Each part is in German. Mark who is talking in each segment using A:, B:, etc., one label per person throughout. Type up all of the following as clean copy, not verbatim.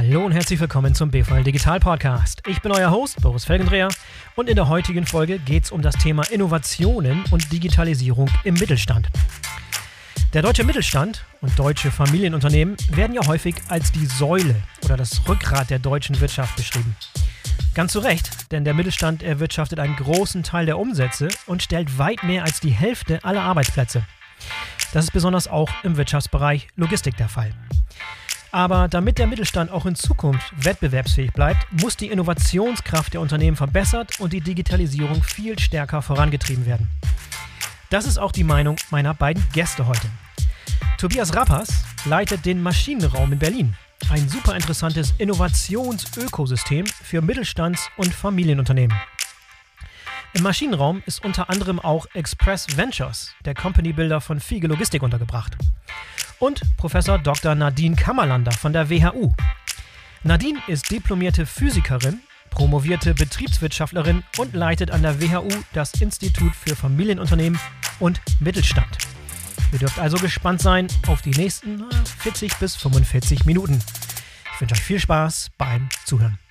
A: Hallo und herzlich willkommen zum BVL Digital Podcast. Ich bin euer Host, Boris Felgendreher, und in der heutigen Folge geht es um das Thema Innovationen und Digitalisierung im Mittelstand. Der deutsche Mittelstand und deutsche Familienunternehmen werden ja häufig als die Säule oder das Rückgrat der deutschen Wirtschaft beschrieben. Ganz zu Recht, denn der Mittelstand erwirtschaftet einen großen Teil der Umsätze und stellt weit mehr als die Hälfte aller Arbeitsplätze. Das ist besonders auch im Wirtschaftsbereich Logistik der Fall. Aber damit der Mittelstand auch in Zukunft wettbewerbsfähig bleibt, muss die Innovationskraft der Unternehmen verbessert und die Digitalisierung viel stärker vorangetrieben werden. Das ist auch die Meinung meiner beiden Gäste heute. Tobias Rappers leitet den Maschinenraum in Berlin. Ein super interessantes Innovationsökosystem für Mittelstands- und Familienunternehmen. Im Maschinenraum ist unter anderem auch Express Ventures, der Company Builder von Fiege Logistik, untergebracht. Und Professor Dr. Nadine Kammerlander von der WHU. Nadine ist diplomierte Physikerin, promovierte Betriebswirtschaftlerin und leitet an der WHU das Institut für Familienunternehmen und Mittelstand. Ihr dürft also gespannt sein auf die nächsten 40 bis 45 Minuten. Ich wünsche euch viel Spaß beim Zuhören.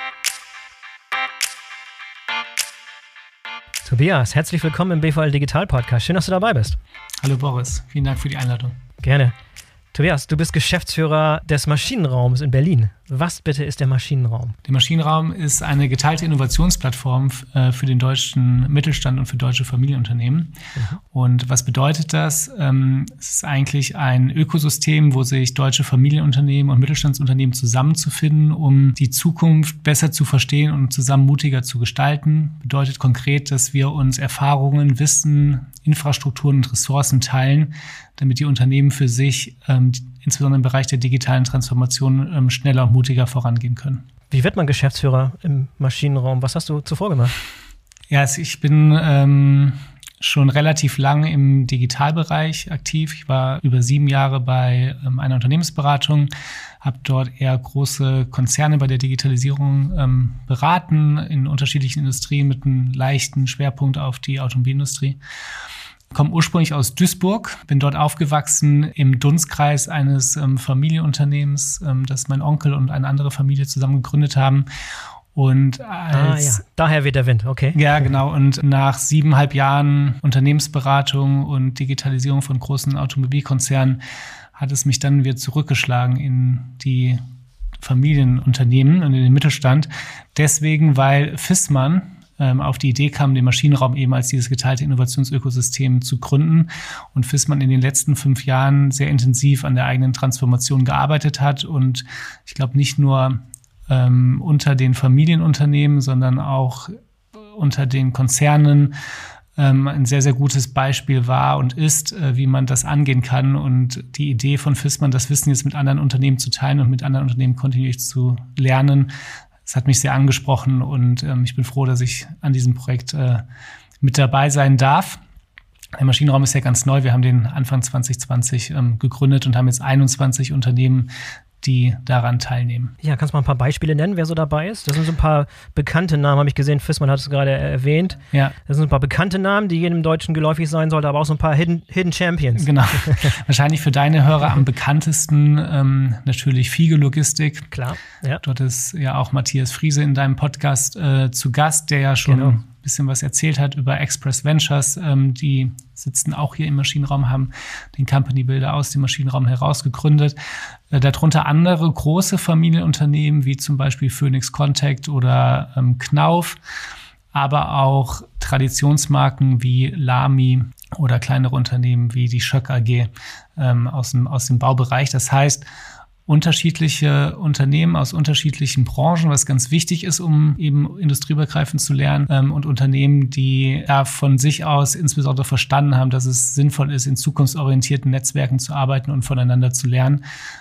A: Tobias, herzlich willkommen im BVL Digital Podcast. Schön, dass du dabei bist.
B: Hallo Boris, vielen Dank für die Einladung.
A: Gerne. Tobias, du bist Geschäftsführer des Maschinenraums in Berlin. Was bitte ist der Maschinenraum?
B: Der Maschinenraum ist eine geteilte Innovationsplattform für den deutschen Mittelstand und für deutsche Familienunternehmen. Mhm. Und was bedeutet das? Es ist eigentlich ein Ökosystem, wo sich deutsche Familienunternehmen und Mittelstandsunternehmen zusammenzufinden, um die Zukunft besser zu verstehen und zusammen mutiger zu gestalten. Bedeutet konkret, dass wir uns Erfahrungen, Wissen, Infrastrukturen und Ressourcen teilen, damit die Unternehmen für sich, insbesondere im Bereich der digitalen Transformation, schneller und mutiger vorangehen können.
A: Wie wird man Geschäftsführer im Maschinenraum? Was hast du zuvor gemacht?
B: Ja, also ich bin schon relativ lang im Digitalbereich aktiv. Ich war über 7 Jahre bei einer Unternehmensberatung, habe dort eher große Konzerne bei der Digitalisierung beraten in unterschiedlichen Industrien mit einem leichten Schwerpunkt auf die Automobilindustrie. Ich komme ursprünglich aus Duisburg, bin dort aufgewachsen im Dunstkreis eines Familienunternehmens, das mein Onkel und eine andere Familie zusammen gegründet haben. Und
A: daher weht der Wind, okay.
B: Ja, genau. Und nach 7,5 Jahren Unternehmensberatung und Digitalisierung von großen Automobilkonzernen hat es mich dann wieder zurückgeschlagen in die Familienunternehmen und in den Mittelstand. Deswegen, weil Viessmann auf die Idee kam, den Maschinenraum eben als dieses geteilte Innovationsökosystem zu gründen und Viessmann in den letzten 5 Jahren sehr intensiv an der eigenen Transformation gearbeitet hat und ich glaube nicht nur unter den Familienunternehmen, sondern auch unter den Konzernen ein sehr, sehr gutes Beispiel war und ist, wie man das angehen kann. Und die Idee von Viessmann, das Wissen jetzt mit anderen Unternehmen zu teilen und mit anderen Unternehmen kontinuierlich zu lernen, das hat mich sehr angesprochen und ich bin froh, dass ich an diesem Projekt mit dabei sein darf. Der Maschinenraum ist ja ganz neu. Wir haben den Anfang 2020 gegründet und haben jetzt 21 Unternehmen, die daran teilnehmen.
A: Ja, kannst du mal ein paar Beispiele nennen, wer so dabei ist? Das sind so ein paar bekannte Namen, habe ich gesehen. Viessmann hat es gerade erwähnt.
B: Ja. Das
A: sind ein paar bekannte Namen, die jedem Deutschen geläufig sein sollte, aber auch so ein paar Hidden Champions.
B: Genau. Wahrscheinlich für deine Hörer am bekanntesten natürlich Fiege Logistik.
A: Klar, ja.
B: Dort ist ja auch Matthias Friese in deinem Podcast zu Gast, der ja schon ein bisschen was erzählt hat über Express Ventures. Die sitzen auch hier im Maschinenraum, haben den Company Builder aus dem Maschinenraum heraus gegründet. Darunter andere große Familienunternehmen wie zum Beispiel Phoenix Contact oder Knauf, aber auch Traditionsmarken wie Lamy oder kleinere Unternehmen wie die Schöck AG aus dem Baubereich. Das heißt, unterschiedliche Unternehmen aus unterschiedlichen Branchen, was ganz wichtig ist, um eben industrieübergreifend zu lernen, und Unternehmen, die ja von sich aus insbesondere verstanden haben, dass es sinnvoll ist, in zukunftsorientierten Netzwerken zu arbeiten und voneinander zu lernen.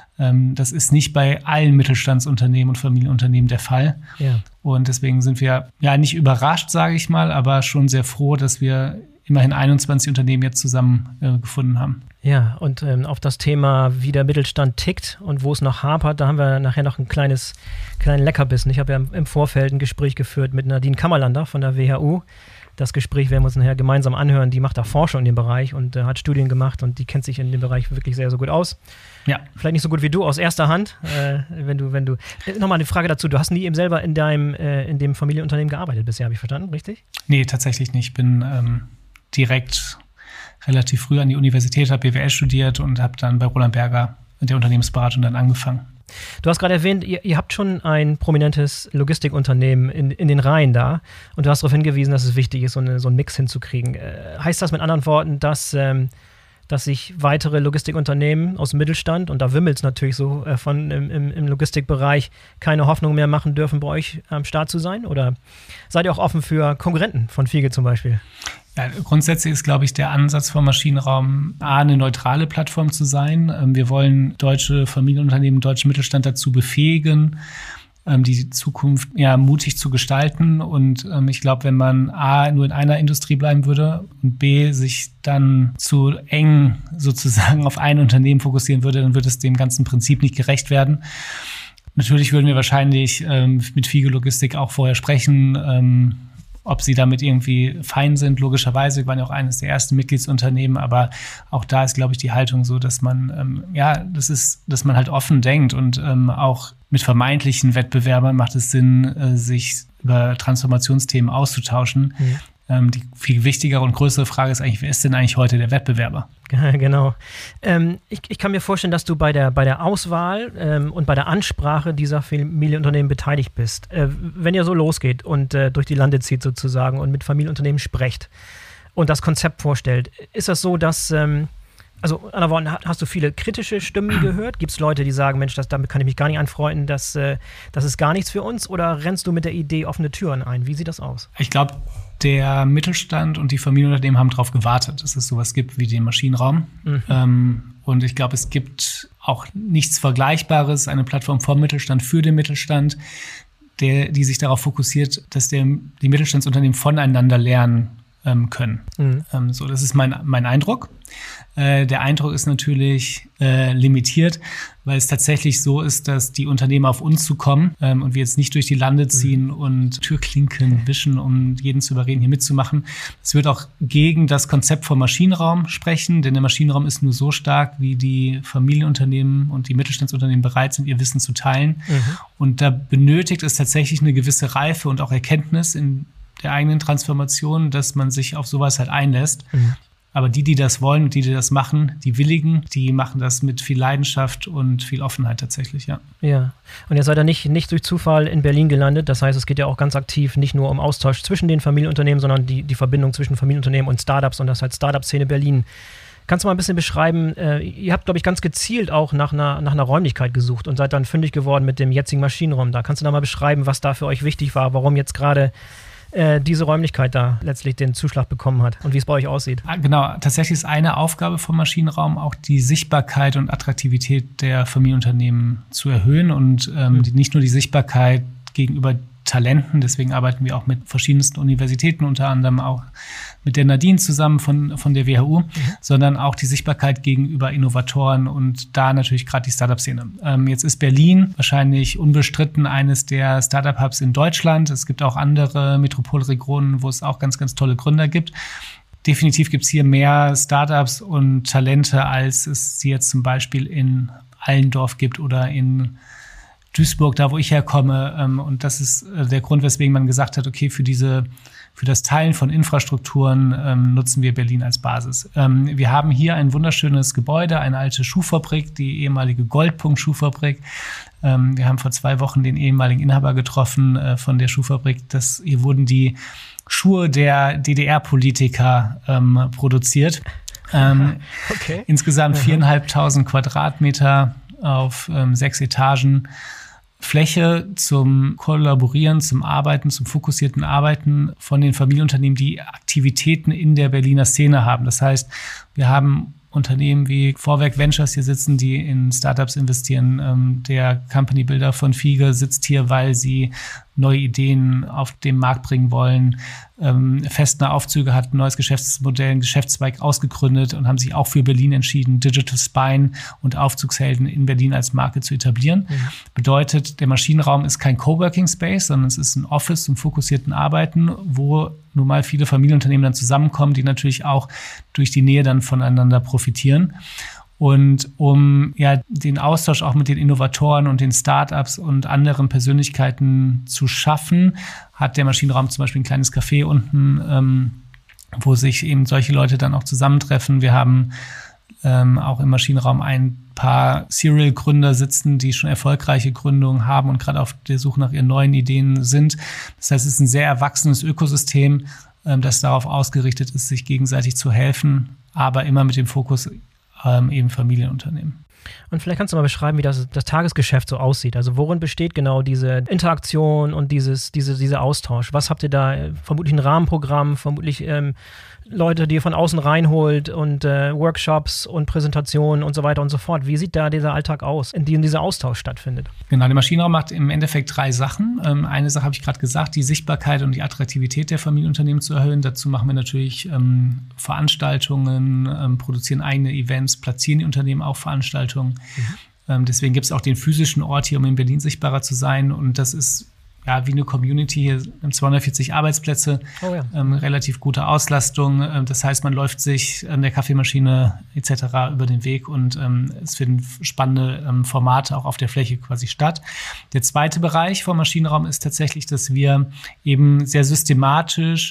B: Das ist nicht bei allen Mittelstandsunternehmen und Familienunternehmen der Fall. Ja. Und deswegen sind wir ja nicht überrascht, sage ich mal, aber schon sehr froh, dass wir immerhin 21 Unternehmen jetzt zusammen gefunden haben.
A: Ja, und auf das Thema, wie der Mittelstand tickt und wo es noch hapert, da haben wir nachher noch einen kleinen Leckerbissen. Ich habe ja im Vorfeld ein Gespräch geführt mit Nadine Kammerlander von der WHU. Das Gespräch werden wir uns nachher gemeinsam anhören. Die macht da Forschung in dem Bereich und hat Studien gemacht und die kennt sich in dem Bereich wirklich sehr, sehr gut aus.
B: Ja.
A: Vielleicht nicht so gut wie du aus erster Hand. Wenn du nochmal eine Frage dazu. Du hast nie eben selber in dem Familienunternehmen gearbeitet bisher, habe ich verstanden, richtig?
B: Nee, tatsächlich nicht. Ich bin direkt relativ früh an die Universität, habe BWL studiert und habe dann bei Roland Berger mit der Unternehmensberatung dann angefangen.
A: Du hast gerade erwähnt, ihr habt schon ein prominentes Logistikunternehmen in den Reihen da und du hast darauf hingewiesen, dass es wichtig ist, so einen Mix hinzukriegen. Heißt das mit anderen Worten, dass sich weitere Logistikunternehmen aus dem Mittelstand, und da wimmelt es natürlich so im Logistikbereich, keine Hoffnung mehr machen dürfen, bei euch am Start zu sein? Oder seid ihr auch offen für Konkurrenten von Fiege zum Beispiel?
B: Ja, grundsätzlich ist, glaube ich, der Ansatz vom Maschinenraum eine neutrale Plattform zu sein. Wir wollen deutsche Familienunternehmen, deutschen Mittelstand dazu befähigen, die Zukunft mutig zu gestalten. Und ich glaube, wenn man A, nur in einer Industrie bleiben würde und B, sich dann zu eng sozusagen auf ein Unternehmen fokussieren würde, dann würde es dem ganzen Prinzip nicht gerecht werden. Natürlich würden wir wahrscheinlich mit Fiege Logistik auch vorher sprechen, ob sie damit irgendwie fein sind, logischerweise. Wir waren ja auch eines der ersten Mitgliedsunternehmen, aber auch da ist, glaube ich, die Haltung so, dass man, dass man halt offen denkt und auch mit vermeintlichen Wettbewerbern macht es Sinn, sich über Transformationsthemen auszutauschen. Mhm. Die viel wichtigere und größere Frage ist eigentlich, wer ist denn eigentlich heute der Wettbewerber?
A: Genau. Ich kann mir vorstellen, dass du bei der Auswahl und bei der Ansprache dieser Familienunternehmen beteiligt bist. Wenn ihr so losgeht und durch die Lande zieht sozusagen und mit Familienunternehmen sprecht und das Konzept vorstellt, ist das so, dass, also in anderen Worten, hast du viele kritische Stimmen gehört? Gibt es Leute, die sagen, Mensch, damit kann ich mich gar nicht anfreunden, das ist gar nichts für uns? Oder rennst du mit der Idee offene Türen ein? Wie sieht das aus?
B: Ich glaube, der Mittelstand und die Familienunternehmen haben darauf gewartet, dass es sowas gibt wie den Maschinenraum. Mhm. Und ich glaube, es gibt auch nichts Vergleichbares, eine Plattform vom Mittelstand für den Mittelstand, die sich darauf fokussiert, dass die Mittelstandsunternehmen voneinander lernen können. Mhm. Das ist mein Eindruck. Der Eindruck ist natürlich limitiert, weil es tatsächlich so ist, dass die Unternehmen auf uns zukommen und wir jetzt nicht durch die Lande ziehen und Türklinken wischen, um jeden zu überreden, hier mitzumachen. Es wird auch gegen das Konzept vom Maschinenraum sprechen, denn der Maschinenraum ist nur so stark, wie die Familienunternehmen und die Mittelstandsunternehmen bereit sind, ihr Wissen zu teilen. Mhm. Und da benötigt es tatsächlich eine gewisse Reife und auch Erkenntnis in der eigenen Transformation, dass man sich auf sowas halt einlässt. Mhm. Aber die das wollen und die das machen, die Willigen, die machen das mit viel Leidenschaft und viel Offenheit tatsächlich, ja. Ja,
A: und ihr seid ja nicht durch Zufall in Berlin gelandet. Das heißt, es geht ja auch ganz aktiv nicht nur um Austausch zwischen den Familienunternehmen, sondern die Verbindung zwischen Familienunternehmen und Startups und das heißt Startup-Szene Berlin. Kannst du mal ein bisschen beschreiben, ihr habt, glaube ich, ganz gezielt auch nach einer Räumlichkeit gesucht und seid dann fündig geworden mit dem jetzigen Maschinenraum da. Kannst du da mal beschreiben, was da für euch wichtig war, warum jetzt gerade diese Räumlichkeit da letztlich den Zuschlag bekommen hat und wie es bei euch aussieht?
B: Genau, tatsächlich ist eine Aufgabe vom Maschinenraum auch die Sichtbarkeit und Attraktivität der Familienunternehmen zu erhöhen und nicht nur die Sichtbarkeit gegenüber Talenten, deswegen arbeiten wir auch mit verschiedensten Universitäten, unter anderem auch mit der Nadine zusammen von der WHU, sondern auch die Sichtbarkeit gegenüber Innovatoren und da natürlich gerade die Startup-Szene. Jetzt ist Berlin wahrscheinlich unbestritten eines der Startup-Hubs in Deutschland. Es gibt auch andere Metropolregionen, wo es auch ganz, ganz tolle Gründer gibt. Definitiv gibt es hier mehr Startups und Talente, als es sie jetzt zum Beispiel in Allendorf gibt oder in Duisburg, da wo ich herkomme. Und das ist der Grund, weswegen man gesagt hat, okay, für das Teilen von Infrastrukturen nutzen wir Berlin als Basis. Wir haben hier ein wunderschönes Gebäude, eine alte Schuhfabrik, die ehemalige Goldpunkt-Schuhfabrik. Wir haben vor 2 Wochen den ehemaligen Inhaber getroffen von der Schuhfabrik. Hier wurden die Schuhe der DDR-Politiker produziert. Okay. Insgesamt 4.500 Quadratmeter auf 6 Etagen. Fläche zum Kollaborieren, zum Arbeiten, zum fokussierten Arbeiten von den Familienunternehmen, die Aktivitäten in der Berliner Szene haben. Das heißt, wir haben Unternehmen wie Vorwerk Ventures hier sitzen, die in Startups investieren. Der Company Builder von Fiege sitzt hier, weil sie neue Ideen auf den Markt bringen wollen. Festner Aufzüge hat ein neues Geschäftsmodell, ein Geschäftszweig ausgegründet und haben sich auch für Berlin entschieden, Digital Spine und Aufzugshelden in Berlin als Marke zu etablieren. Bedeutet, der Maschinenraum ist kein Coworking Space, sondern es ist ein Office zum fokussierten Arbeiten, wo nun mal viele Familienunternehmen dann zusammenkommen, die natürlich auch durch die Nähe dann voneinander profitieren. Und um den Austausch auch mit den Innovatoren und den Startups und anderen Persönlichkeiten zu schaffen, hat der Maschinenraum zum Beispiel ein kleines Café unten, wo sich eben solche Leute dann auch zusammentreffen. Wir haben auch im Maschinenraum ein paar Serial-Gründer sitzen, die schon erfolgreiche Gründungen haben und gerade auf der Suche nach ihren neuen Ideen sind. Das heißt, es ist ein sehr erwachsenes Ökosystem, das darauf ausgerichtet ist, sich gegenseitig zu helfen, aber immer mit dem Fokus eben Familienunternehmen.
A: Und vielleicht kannst du mal beschreiben, wie das Tagesgeschäft so aussieht. Also worin besteht genau diese Interaktion und dieser Austausch? Was habt ihr da? Vermutlich ein Rahmenprogramm, vermutlich Leute, die ihr von außen reinholt und Workshops und Präsentationen und so weiter und so fort. Wie sieht da dieser Alltag aus, in dem dieser Austausch stattfindet?
B: Genau, der Maschinenraum macht im Endeffekt 3 Sachen. Eine Sache habe ich gerade gesagt, die Sichtbarkeit und die Attraktivität der Familienunternehmen zu erhöhen. Dazu machen wir natürlich Veranstaltungen, produzieren eigene Events, platzieren die Unternehmen auch Veranstaltungen. Deswegen gibt es auch den physischen Ort hier, um in Berlin sichtbarer zu sein. Und das ist wie eine Community. Hier 240 Arbeitsplätze, relativ gute Auslastung. Das heißt, man läuft sich an der Kaffeemaschine etc. über den Weg und es finden spannende Formate auch auf der Fläche quasi statt. Der zweite Bereich vom Maschinenraum ist tatsächlich, dass wir eben sehr systematisch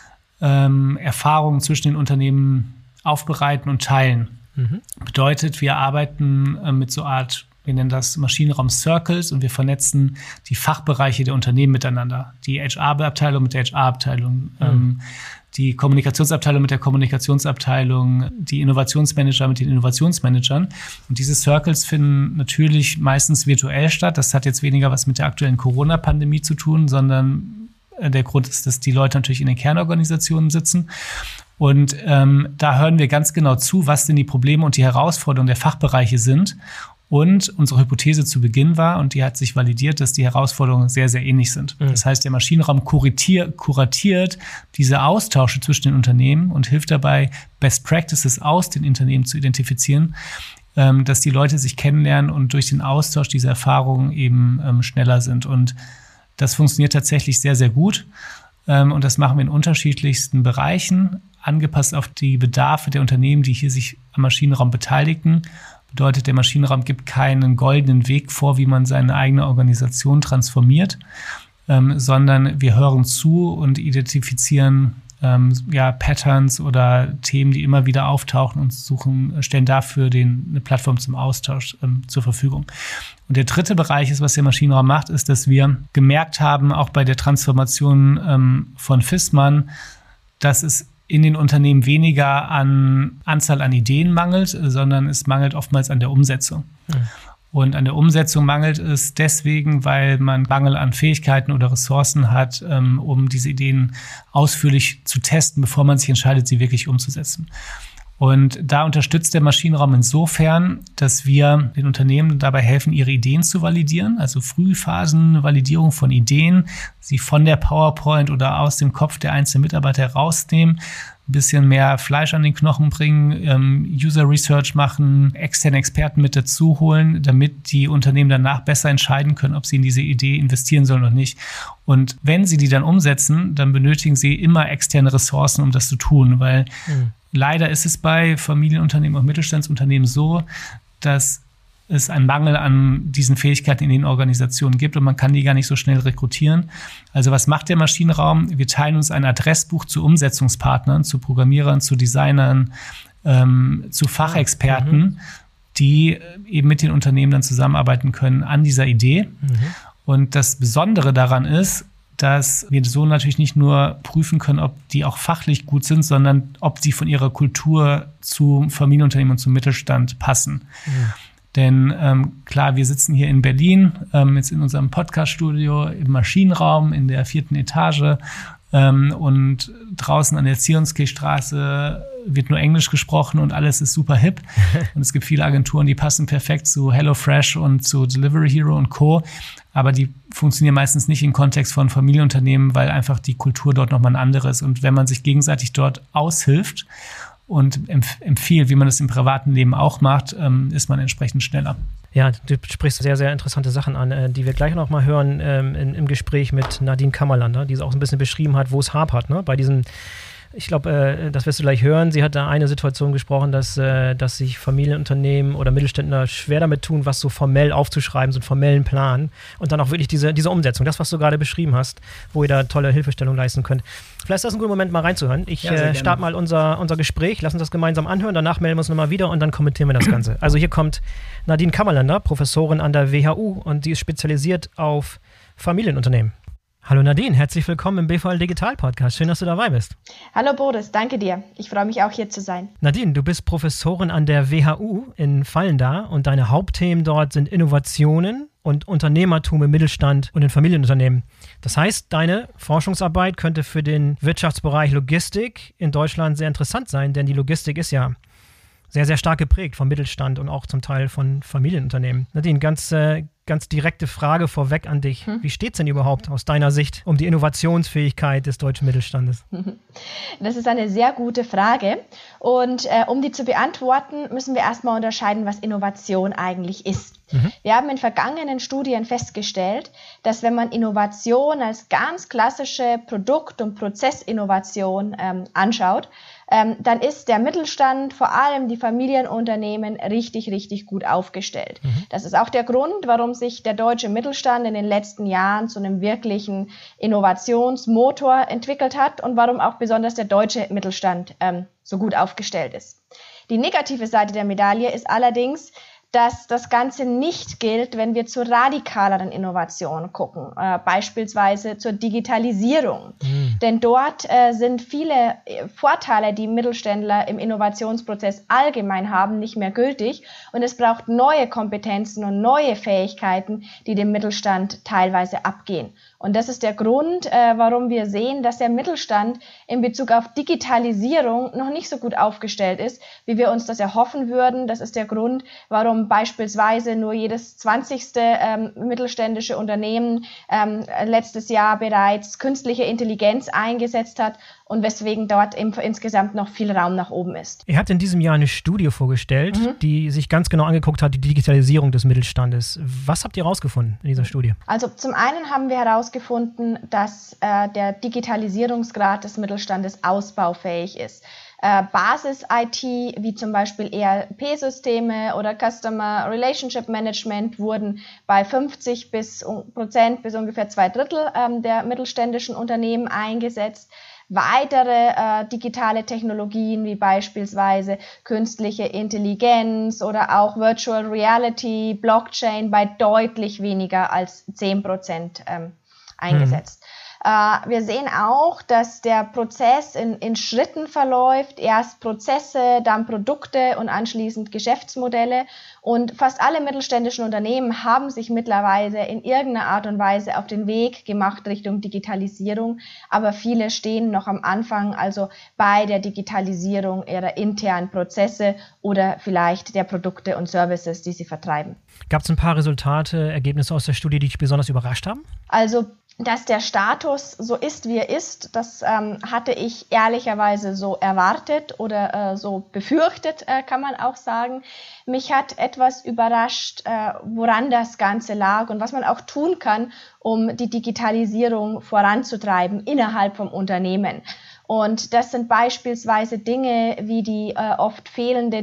B: Erfahrungen zwischen den Unternehmen aufbereiten und teilen. Bedeutet, wir arbeiten mit so Art, wir nennen das Maschinenraum-Circles und wir vernetzen die Fachbereiche der Unternehmen miteinander. Die HR-Abteilung mit der HR-Abteilung, die Kommunikationsabteilung mit der Kommunikationsabteilung, die Innovationsmanager mit den Innovationsmanagern. Und diese Circles finden natürlich meistens virtuell statt. Das hat jetzt weniger was mit der aktuellen Corona-Pandemie zu tun, sondern der Grund ist, dass die Leute natürlich in den Kernorganisationen sitzen. Und da hören wir ganz genau zu, was denn die Probleme und die Herausforderungen der Fachbereiche sind. Und unsere Hypothese zu Beginn war, und die hat sich validiert, dass die Herausforderungen sehr, sehr ähnlich sind. Das heißt, der Maschinenraum kuratiert diese Austausche zwischen den Unternehmen und hilft dabei, Best Practices aus den Unternehmen zu identifizieren, dass die Leute sich kennenlernen und durch den Austausch dieser Erfahrungen eben schneller sind. Und das funktioniert tatsächlich sehr, sehr gut. Und das machen wir in unterschiedlichsten Bereichen, angepasst auf die Bedarfe der Unternehmen, die hier sich am Maschinenraum beteiligen. Bedeutet, der Maschinenraum gibt keinen goldenen Weg vor, wie man seine eigene Organisation transformiert, sondern wir hören zu und identifizieren Patterns oder Themen, die immer wieder auftauchen und stellen dafür eine Plattform zum Austausch zur Verfügung. Und der dritte Bereich ist, was der Maschinenraum macht, ist, dass wir gemerkt haben, auch bei der Transformation von Viessmann, dass es in den Unternehmen weniger an Anzahl an Ideen mangelt, sondern es mangelt oftmals an der Umsetzung. Und an der Umsetzung mangelt es deswegen, weil man Mangel an Fähigkeiten oder Ressourcen hat, um diese Ideen ausführlich zu testen, bevor man sich entscheidet, sie wirklich umzusetzen. Und da unterstützt der Maschinenraum insofern, dass wir den Unternehmen dabei helfen, ihre Ideen zu validieren, also Frühphasenvalidierung von Ideen, sie von der PowerPoint oder aus dem Kopf der einzelnen Mitarbeiter herausnehmen, ein bisschen mehr Fleisch an den Knochen bringen, User Research machen, externe Experten mit dazu holen, damit die Unternehmen danach besser entscheiden können, ob sie in diese Idee investieren sollen oder nicht. Und wenn sie die dann umsetzen, dann benötigen sie immer externe Ressourcen, um das zu tun, weil leider ist es bei Familienunternehmen und Mittelstandsunternehmen so, dass es einen Mangel an diesen Fähigkeiten in den Organisationen gibt und man kann die gar nicht so schnell rekrutieren. Also was macht der Maschinenraum? Wir teilen uns ein Adressbuch zu Umsetzungspartnern, zu Programmierern, zu Designern, zu Fachexperten, die eben mit den Unternehmen dann zusammenarbeiten können an dieser Idee. Und das Besondere daran ist, dass wir so natürlich nicht nur prüfen können, ob die auch fachlich gut sind, sondern ob sie von ihrer Kultur zum Familienunternehmen und zum Mittelstand passen. Denn klar, wir sitzen hier in Berlin, jetzt in unserem Podcast-Studio im Maschinenraum in der 4. Etage Und draußen an der Zionskirchstraße wird nur Englisch gesprochen und alles ist super hip. Und es gibt viele Agenturen, die passen perfekt zu HelloFresh und zu Delivery Hero und Co. Aber die funktionieren meistens nicht im Kontext von Familienunternehmen, weil einfach die Kultur dort nochmal eine andere ist. Und wenn man sich gegenseitig dort aushilft und empfiehlt, wie man das im privaten Leben auch macht, ist man entsprechend schneller.
A: Ja, du sprichst sehr, sehr interessante Sachen an, die wir gleich noch mal hören im Gespräch mit Nadine Kammerlander, die auch so ein bisschen beschrieben hat, wo es hapert, ne? Bei diesem, ich glaube, das wirst du gleich hören, sie hat da eine Situation gesprochen, dass sich Familienunternehmen oder Mittelständler schwer damit tun, was so formell aufzuschreiben, so einen formellen Plan und dann auch wirklich diese Umsetzung, das, was du gerade beschrieben hast, wo ihr da tolle Hilfestellung leisten könnt. Vielleicht ist das ein guter Moment, mal reinzuhören. Ich starte mal unser Gespräch, lass uns das gemeinsam anhören, danach melden wir uns nochmal wieder und dann kommentieren wir das Ganze. Also hier kommt Nadine Kammerlander, Professorin an der WHU und die ist spezialisiert auf Familienunternehmen. Hallo Nadine, herzlich willkommen im BVL Digital Podcast. Schön, dass du dabei bist.
C: Hallo Boris, danke dir. Ich freue mich auch hier zu sein.
A: Nadine, du bist Professorin an der WHU in Vallendar und deine Hauptthemen dort sind Innovationen und Unternehmertum im Mittelstand und in Familienunternehmen. Das heißt, deine Forschungsarbeit könnte für den Wirtschaftsbereich Logistik in Deutschland sehr interessant sein, denn die Logistik ist ja sehr, sehr stark geprägt vom Mittelstand und auch zum Teil von Familienunternehmen. Nadine, ganz direkte Frage vorweg an dich. Wie steht es denn überhaupt aus deiner Sicht um die Innovationsfähigkeit des deutschen Mittelstandes?
C: Das ist eine sehr gute Frage. Und um die zu beantworten, müssen wir erstmal unterscheiden, was Innovation eigentlich ist. Wir haben in vergangenen Studien festgestellt, dass wenn man Innovation als ganz klassische Produkt- und Prozessinnovation anschaut, dann ist der Mittelstand, vor allem die Familienunternehmen, richtig, richtig gut aufgestellt. Das ist auch der Grund, warum sich der deutsche Mittelstand in den letzten Jahren zu einem wirklichen Innovationsmotor entwickelt hat und warum auch besonders der deutsche Mittelstand so gut aufgestellt ist. Die negative Seite der Medaille ist allerdings, dass das Ganze nicht gilt, wenn wir zu radikaleren Innovationen gucken, beispielsweise zur Digitalisierung. Denn dort sind viele Vorteile, die Mittelständler im Innovationsprozess allgemein haben, nicht mehr gültig. Und es braucht neue Kompetenzen und neue Fähigkeiten, die dem Mittelstand teilweise abgehen. Und das ist der Grund, warum wir sehen, dass der Mittelstand in Bezug auf Digitalisierung noch nicht so gut aufgestellt ist, wie wir uns das erhoffen würden. Das ist der Grund, warum beispielsweise nur jedes 20. Mittelständische Unternehmen letztes Jahr bereits künstliche Intelligenz eingesetzt hat und weswegen dort insgesamt noch viel Raum nach oben ist.
A: Ihr habt in diesem Jahr eine Studie vorgestellt, die sich ganz genau angeguckt hat, die Digitalisierung des Mittelstandes. Was habt ihr herausgefunden in dieser Studie?
C: Also zum einen haben wir herausgefunden, dass der Digitalisierungsgrad des Mittelstandes ausbaufähig ist. Basis-IT, wie zum Beispiel ERP-Systeme oder Customer Relationship Management, wurden bei 50% bis ungefähr 2/3 der mittelständischen Unternehmen eingesetzt. Weitere digitale Technologien wie beispielsweise künstliche Intelligenz oder auch Virtual Reality, Blockchain bei deutlich weniger als 10% eingesetzt. Wir sehen auch, dass der Prozess in Schritten verläuft, erst Prozesse, dann Produkte und anschließend Geschäftsmodelle. Und fast alle mittelständischen Unternehmen haben sich mittlerweile in irgendeiner Art und Weise auf den Weg gemacht Richtung Digitalisierung. Aber viele stehen noch am Anfang, also bei der Digitalisierung ihrer internen Prozesse oder vielleicht der Produkte und Services, die sie vertreiben.
A: Gab es ein paar Resultate, Ergebnisse aus der Studie, die dich besonders überrascht haben?
C: Also, dass der Status so ist, wie er ist, das hatte ich ehrlicherweise so erwartet oder so befürchtet, kann man auch sagen. Mich hat etwas überrascht, woran das Ganze lag und was man auch tun kann, um die Digitalisierung voranzutreiben innerhalb vom Unternehmen. Und das sind beispielsweise Dinge wie die oft fehlende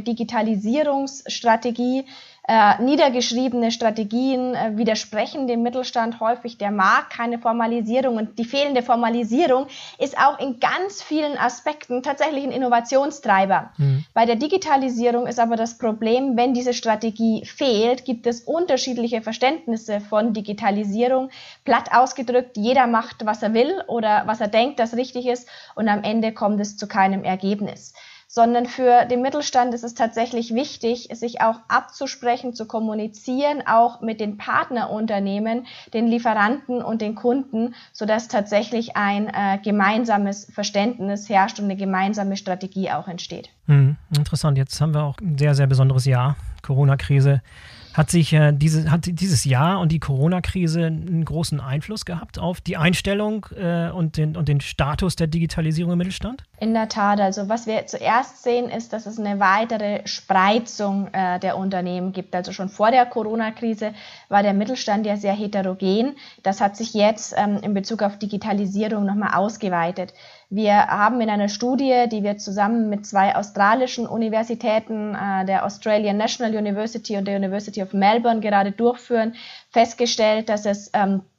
C: Digitalisierungsstrategie. Niedergeschriebene Strategien widersprechen dem Mittelstand häufig. Der mag keine Formalisierung und die fehlende Formalisierung ist auch in ganz vielen Aspekten tatsächlich ein Innovationstreiber. Bei der Digitalisierung ist aber das Problem, wenn diese Strategie fehlt, gibt es unterschiedliche Verständnisse von Digitalisierung. Platt ausgedrückt, jeder macht, was er will oder was er denkt, das richtig ist und am Ende kommt es zu keinem Ergebnis. sondern für den Mittelstand ist es tatsächlich wichtig, sich auch abzusprechen, zu kommunizieren, auch mit den Partnerunternehmen, den Lieferanten und den Kunden, sodass tatsächlich ein gemeinsames Verständnis herrscht und eine gemeinsame Strategie auch entsteht.
A: Interessant, jetzt haben wir auch ein sehr, sehr besonderes Jahr, Corona-Krise. Hat dieses Jahr und die Corona-Krise einen großen Einfluss gehabt auf die Einstellung und den Status der Digitalisierung im Mittelstand?
C: In der Tat, also was wir zuerst sehen, ist, dass es eine weitere Spreizung der Unternehmen gibt. Also schon vor der Corona-Krise war der Mittelstand ja sehr heterogen. Das hat sich jetzt in Bezug auf Digitalisierung nochmal ausgeweitet. Wir haben in einer Studie, die wir zusammen mit 2 australischen Universitäten, der Australian National University und der University of Melbourne gerade durchführen, festgestellt, dass es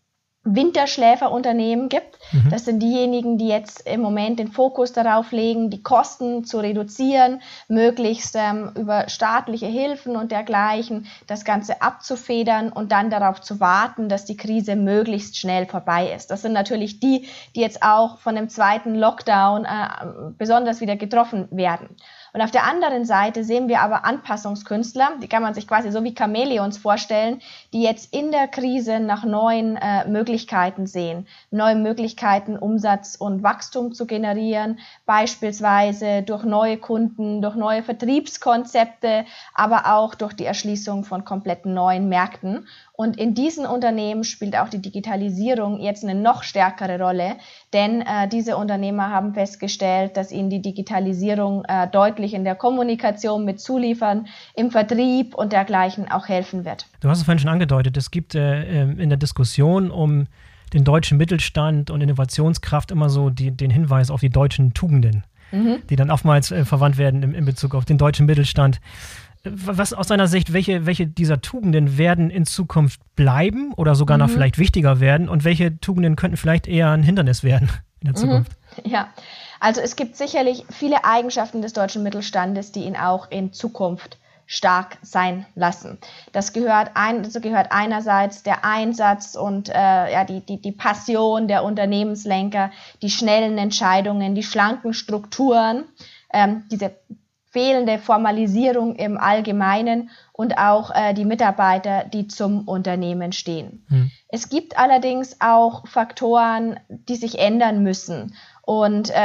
C: Winterschläferunternehmen gibt. Das sind diejenigen, die jetzt im Moment den Fokus darauf legen, die Kosten zu reduzieren, möglichst über staatliche Hilfen und dergleichen das Ganze abzufedern und dann darauf zu warten, dass die Krise möglichst schnell vorbei ist. Das sind natürlich die jetzt auch von dem zweiten Lockdown besonders wieder getroffen werden. Und auf der anderen Seite sehen wir aber Anpassungskünstler, die kann man sich quasi so wie Chamäleons vorstellen, die jetzt in der Krise nach neuen Möglichkeiten sehen, neue Möglichkeiten, Umsatz und Wachstum zu generieren, beispielsweise durch neue Kunden, durch neue Vertriebskonzepte, aber auch durch die Erschließung von kompletten neuen Märkten. Und in diesen Unternehmen spielt auch die Digitalisierung jetzt eine noch stärkere Rolle, denn diese Unternehmer haben festgestellt, dass ihnen die Digitalisierung deutlich in der Kommunikation mit Zuliefern, im Vertrieb und dergleichen auch helfen wird.
A: Du hast es vorhin schon angedeutet, es gibt in der Diskussion um den deutschen Mittelstand und Innovationskraft immer so den Hinweis auf die deutschen Tugenden, die dann oftmals verwandt werden in Bezug auf den deutschen Mittelstand. Was aus deiner Sicht, welche dieser Tugenden werden in Zukunft bleiben oder sogar noch vielleicht wichtiger werden und welche Tugenden könnten vielleicht eher ein Hindernis werden in der Zukunft?
C: Ja, also es gibt sicherlich viele Eigenschaften des deutschen Mittelstandes, die ihn auch in Zukunft stark sein lassen. Dazu gehört einerseits der Einsatz und die Passion der Unternehmenslenker, die schnellen Entscheidungen, die schlanken Strukturen, diese fehlende Formalisierung im Allgemeinen und auch die Mitarbeiter, die zum Unternehmen stehen. Es gibt allerdings auch Faktoren, die sich ändern müssen. Und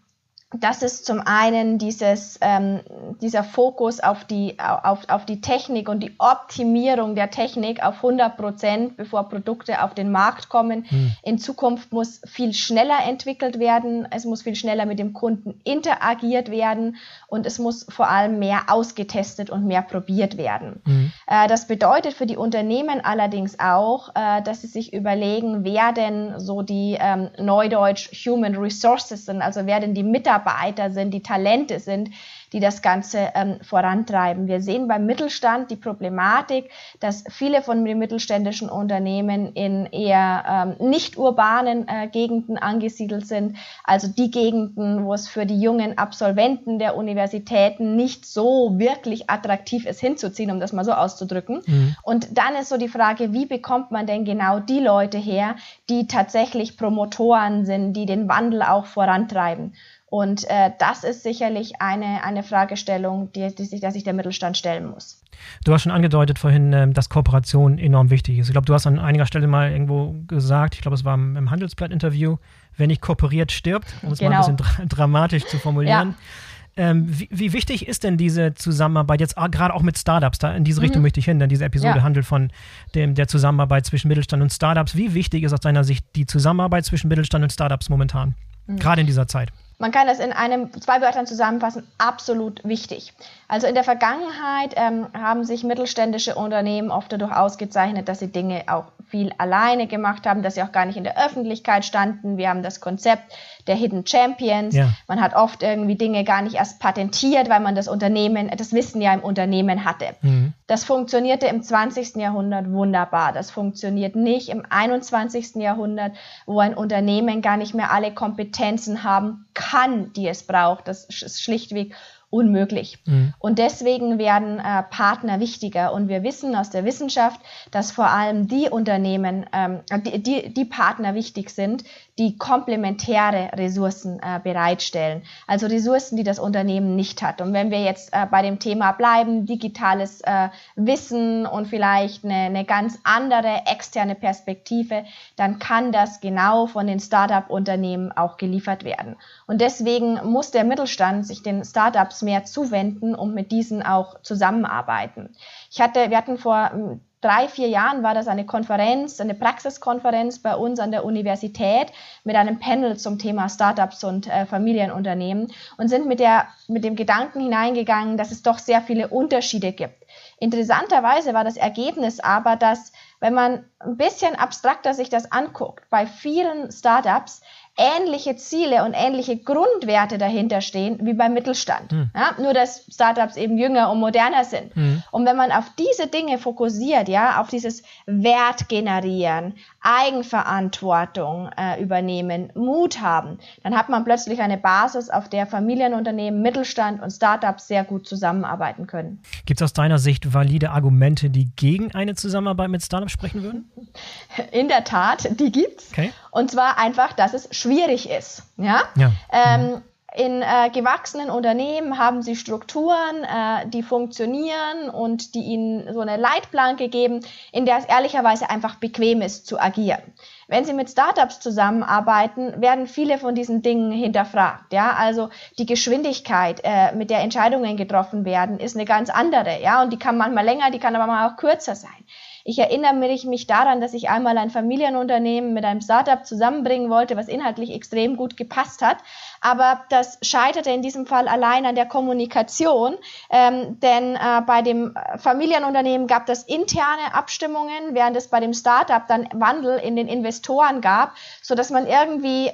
C: das ist zum einen dieser Fokus auf die Technik und die Optimierung der Technik auf 100%, bevor Produkte auf den Markt kommen. In Zukunft muss viel schneller entwickelt werden, es muss viel schneller mit dem Kunden interagiert werden und es muss vor allem mehr ausgetestet und mehr probiert werden. Das bedeutet für die Unternehmen allerdings auch, dass sie sich überlegen, wer denn so die Neudeutsch Human Resources sind, also wer denn die Mitarbeiter sind, die Talente sind, die das Ganze vorantreiben. Wir sehen beim Mittelstand die Problematik, dass viele von den mittelständischen Unternehmen in eher nicht urbanen Gegenden angesiedelt sind, also die Gegenden, wo es für die jungen Absolventen der Universitäten nicht so wirklich attraktiv ist, hinzuziehen, um das mal so auszudrücken. Und dann ist so die Frage, wie bekommt man denn genau die Leute her, die tatsächlich Promotoren sind, die den Wandel auch vorantreiben. Und das ist sicherlich eine Fragestellung, der sich der Mittelstand stellen muss.
A: Du hast schon angedeutet vorhin, dass Kooperation enorm wichtig ist. Ich glaube, du hast an einiger Stelle mal irgendwo gesagt, ich glaube, es war im Handelsblatt-Interview, wer nicht kooperiert, stirbt, um es mal ein bisschen dramatisch zu formulieren. Ja. Wie wichtig ist denn diese Zusammenarbeit jetzt gerade auch mit Startups? Da in diese Richtung möchte ich hin, denn diese Episode handelt von der Zusammenarbeit zwischen Mittelstand und Startups. Wie wichtig ist aus deiner Sicht die Zusammenarbeit zwischen Mittelstand und Startups momentan, gerade in dieser Zeit?
C: Man kann das in 2 Wörtern zusammenfassen, absolut wichtig. Also in der Vergangenheit haben sich mittelständische Unternehmen oft dadurch ausgezeichnet, dass sie Dinge auch viel alleine gemacht haben, dass sie auch gar nicht in der Öffentlichkeit standen. Wir haben das Konzept der Hidden Champions. Ja. Man hat oft irgendwie Dinge gar nicht erst patentiert, weil man das Wissen ja im Unternehmen hatte. Das funktionierte im 20. Jahrhundert wunderbar. Das funktioniert nicht im 21. Jahrhundert, wo ein Unternehmen gar nicht mehr alle Kompetenzen haben kann, die es braucht. Das ist schlichtweg unmöglich. Und deswegen werden Partner wichtiger. Und wir wissen aus der Wissenschaft, dass vor allem die Unternehmen, die Partner wichtig sind, die komplementäre Ressourcen bereitstellen. Also Ressourcen, die das Unternehmen nicht hat. Und wenn wir jetzt bei dem Thema bleiben, digitales Wissen und vielleicht eine ganz andere externe Perspektive, dann kann das genau von den Start-up-Unternehmen auch geliefert werden. Und deswegen muss der Mittelstand sich den Start-ups mehr zuwenden und mit diesen auch zusammenarbeiten. Wir hatten vor 3-4 Jahren war das eine Konferenz, eine Praxiskonferenz bei uns an der Universität mit einem Panel zum Thema Startups und Familienunternehmen und sind mit dem Gedanken hineingegangen, dass es doch sehr viele Unterschiede gibt. Interessanterweise war das Ergebnis aber, dass, wenn man ein bisschen abstrakter sich das anguckt, bei vielen Startups ähnliche Ziele und ähnliche Grundwerte dahinter stehen wie beim Mittelstand. Ja, nur, dass Startups eben jünger und moderner sind. Und wenn man auf diese Dinge fokussiert, ja, auf dieses Wert generieren, Eigenverantwortung übernehmen, Mut haben, dann hat man plötzlich eine Basis, auf der Familienunternehmen, Mittelstand und Startups sehr gut zusammenarbeiten können.
A: Gibt es aus deiner Sicht valide Argumente, die gegen eine Zusammenarbeit mit Startups sprechen würden?
C: In der Tat, die gibt's. Okay. Und zwar einfach, dass es schwierig ist. Ja? In gewachsenen Unternehmen haben sie Strukturen, die funktionieren und die ihnen so eine Leitplanke geben, in der es ehrlicherweise einfach bequem ist zu agieren. Wenn Sie mit Startups zusammenarbeiten, werden viele von diesen Dingen hinterfragt. Ja? Also die Geschwindigkeit, mit der Entscheidungen getroffen werden, ist eine ganz andere. Ja? Und die kann manchmal länger, die kann aber mal auch kürzer sein. Ich erinnere mich daran, dass ich einmal ein Familienunternehmen mit einem Startup zusammenbringen wollte, was inhaltlich extrem gut gepasst hat. Aber das scheiterte in diesem Fall allein an der Kommunikation, denn bei dem Familienunternehmen gab es interne Abstimmungen, während es bei dem Startup dann Wandel in den Investoren gab, so dass man irgendwie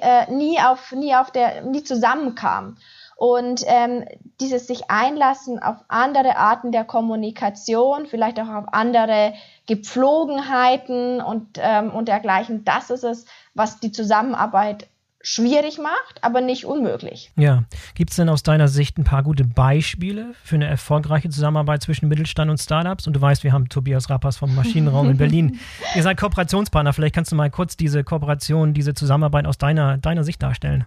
C: nie zusammenkam. Und dieses sich einlassen auf andere Arten der Kommunikation, vielleicht auch auf andere Gepflogenheiten und dergleichen, das ist es, was die Zusammenarbeit schwierig macht, aber nicht unmöglich.
A: Ja, gibt es denn aus deiner Sicht ein paar gute Beispiele für eine erfolgreiche Zusammenarbeit zwischen Mittelstand und Startups? Und du weißt, wir haben Tobias Rappers vom Maschinenraum in Berlin. Ihr seid Kooperationspartner. Vielleicht kannst du mal kurz diese Kooperation, diese Zusammenarbeit aus deiner Sicht darstellen.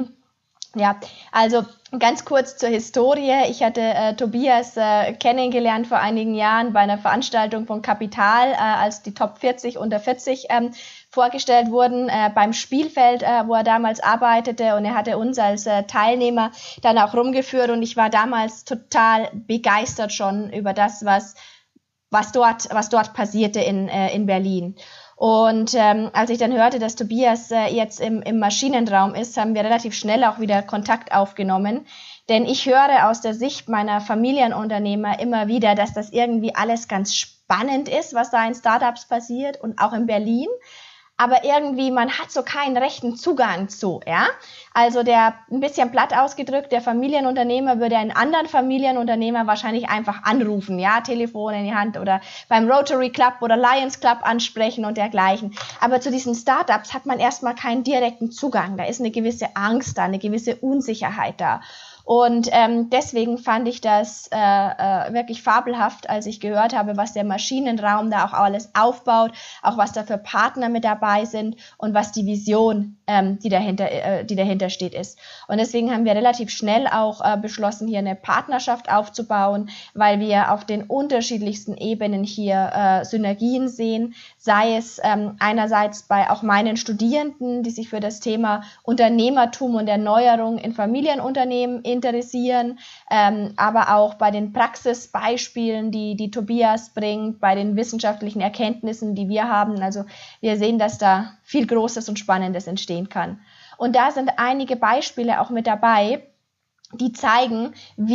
C: Ja, also ganz kurz zur Historie. Ich hatte Tobias kennengelernt vor einigen Jahren bei einer Veranstaltung von Kapital, als die Top 40 unter 40 vorgestellt wurden beim Spielfeld, wo er damals arbeitete, und er hatte uns als Teilnehmer dann auch rumgeführt und ich war damals total begeistert schon über das, was dort passierte in Berlin. Und als ich dann hörte, dass Tobias jetzt im Maschinenraum ist, haben wir relativ schnell auch wieder Kontakt aufgenommen. Denn ich höre aus der Sicht meiner Familienunternehmer immer wieder, dass das irgendwie alles ganz spannend ist, was da in Startups passiert und auch in Berlin. Aber irgendwie, man hat so keinen rechten Zugang zu, ja. Also ein bisschen platt ausgedrückt, der Familienunternehmer würde einen anderen Familienunternehmer wahrscheinlich einfach anrufen, ja, Telefon in die Hand oder beim Rotary Club oder Lions Club ansprechen und dergleichen. Aber zu diesen Startups hat man erstmal keinen direkten Zugang. Da ist eine gewisse Angst da, eine gewisse Unsicherheit da. Und deswegen fand ich das wirklich fabelhaft, als ich gehört habe, was der Maschinenraum da auch alles aufbaut, auch was da für Partner mit dabei sind und was die Vision, die dahinter steht, ist. Und deswegen haben wir relativ schnell auch beschlossen, hier eine Partnerschaft aufzubauen, weil wir auf den unterschiedlichsten Ebenen hier Synergien sehen, sei es einerseits bei auch meinen Studierenden, die sich für das Thema Unternehmertum und Erneuerung in Familienunternehmen interessieren, aber auch bei den Praxisbeispielen, die Tobias bringt, bei den wissenschaftlichen Erkenntnissen, die wir haben. Also wir sehen, dass da viel Großes und Spannendes entstehen kann. Und da sind einige Beispiele auch mit dabei, die zeigen,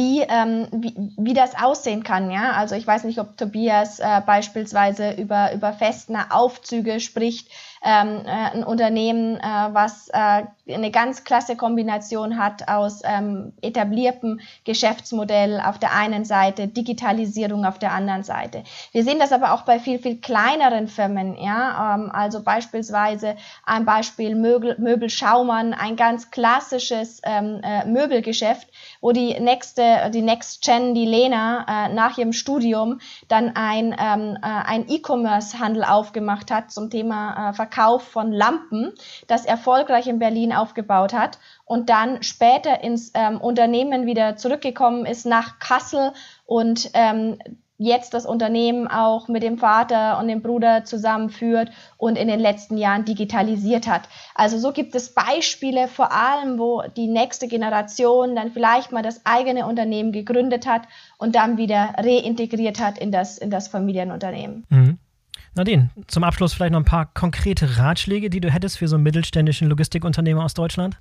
C: wie das aussehen kann. Ja? Also ich weiß nicht, ob Tobias beispielsweise über Festner Aufzüge spricht, ein Unternehmen, was eine ganz klasse Kombination hat aus etabliertem Geschäftsmodell auf der einen Seite, Digitalisierung auf der anderen Seite. Wir sehen das aber auch bei viel, viel kleineren Firmen, ja, also beispielsweise ein Beispiel Möbel Schaumann, ein ganz klassisches Möbelgeschäft, wo die Next Gen, die Lena, nach ihrem Studium dann ein E-Commerce-Handel aufgemacht hat zum Thema Verkauf von Lampen, das erfolgreich in Berlin aufgebaut hat und dann später ins Unternehmen wieder zurückgekommen ist nach Kassel und jetzt das Unternehmen auch mit dem Vater und dem Bruder zusammenführt und in den letzten Jahren digitalisiert hat. Also so gibt es Beispiele vor allem, wo die nächste Generation dann vielleicht mal das eigene Unternehmen gegründet hat und dann wieder reintegriert hat in das Familienunternehmen.
A: Mhm. Nadine, zum Abschluss vielleicht noch ein paar konkrete Ratschläge, die du hättest für so einen mittelständischen Logistikunternehmer aus Deutschland?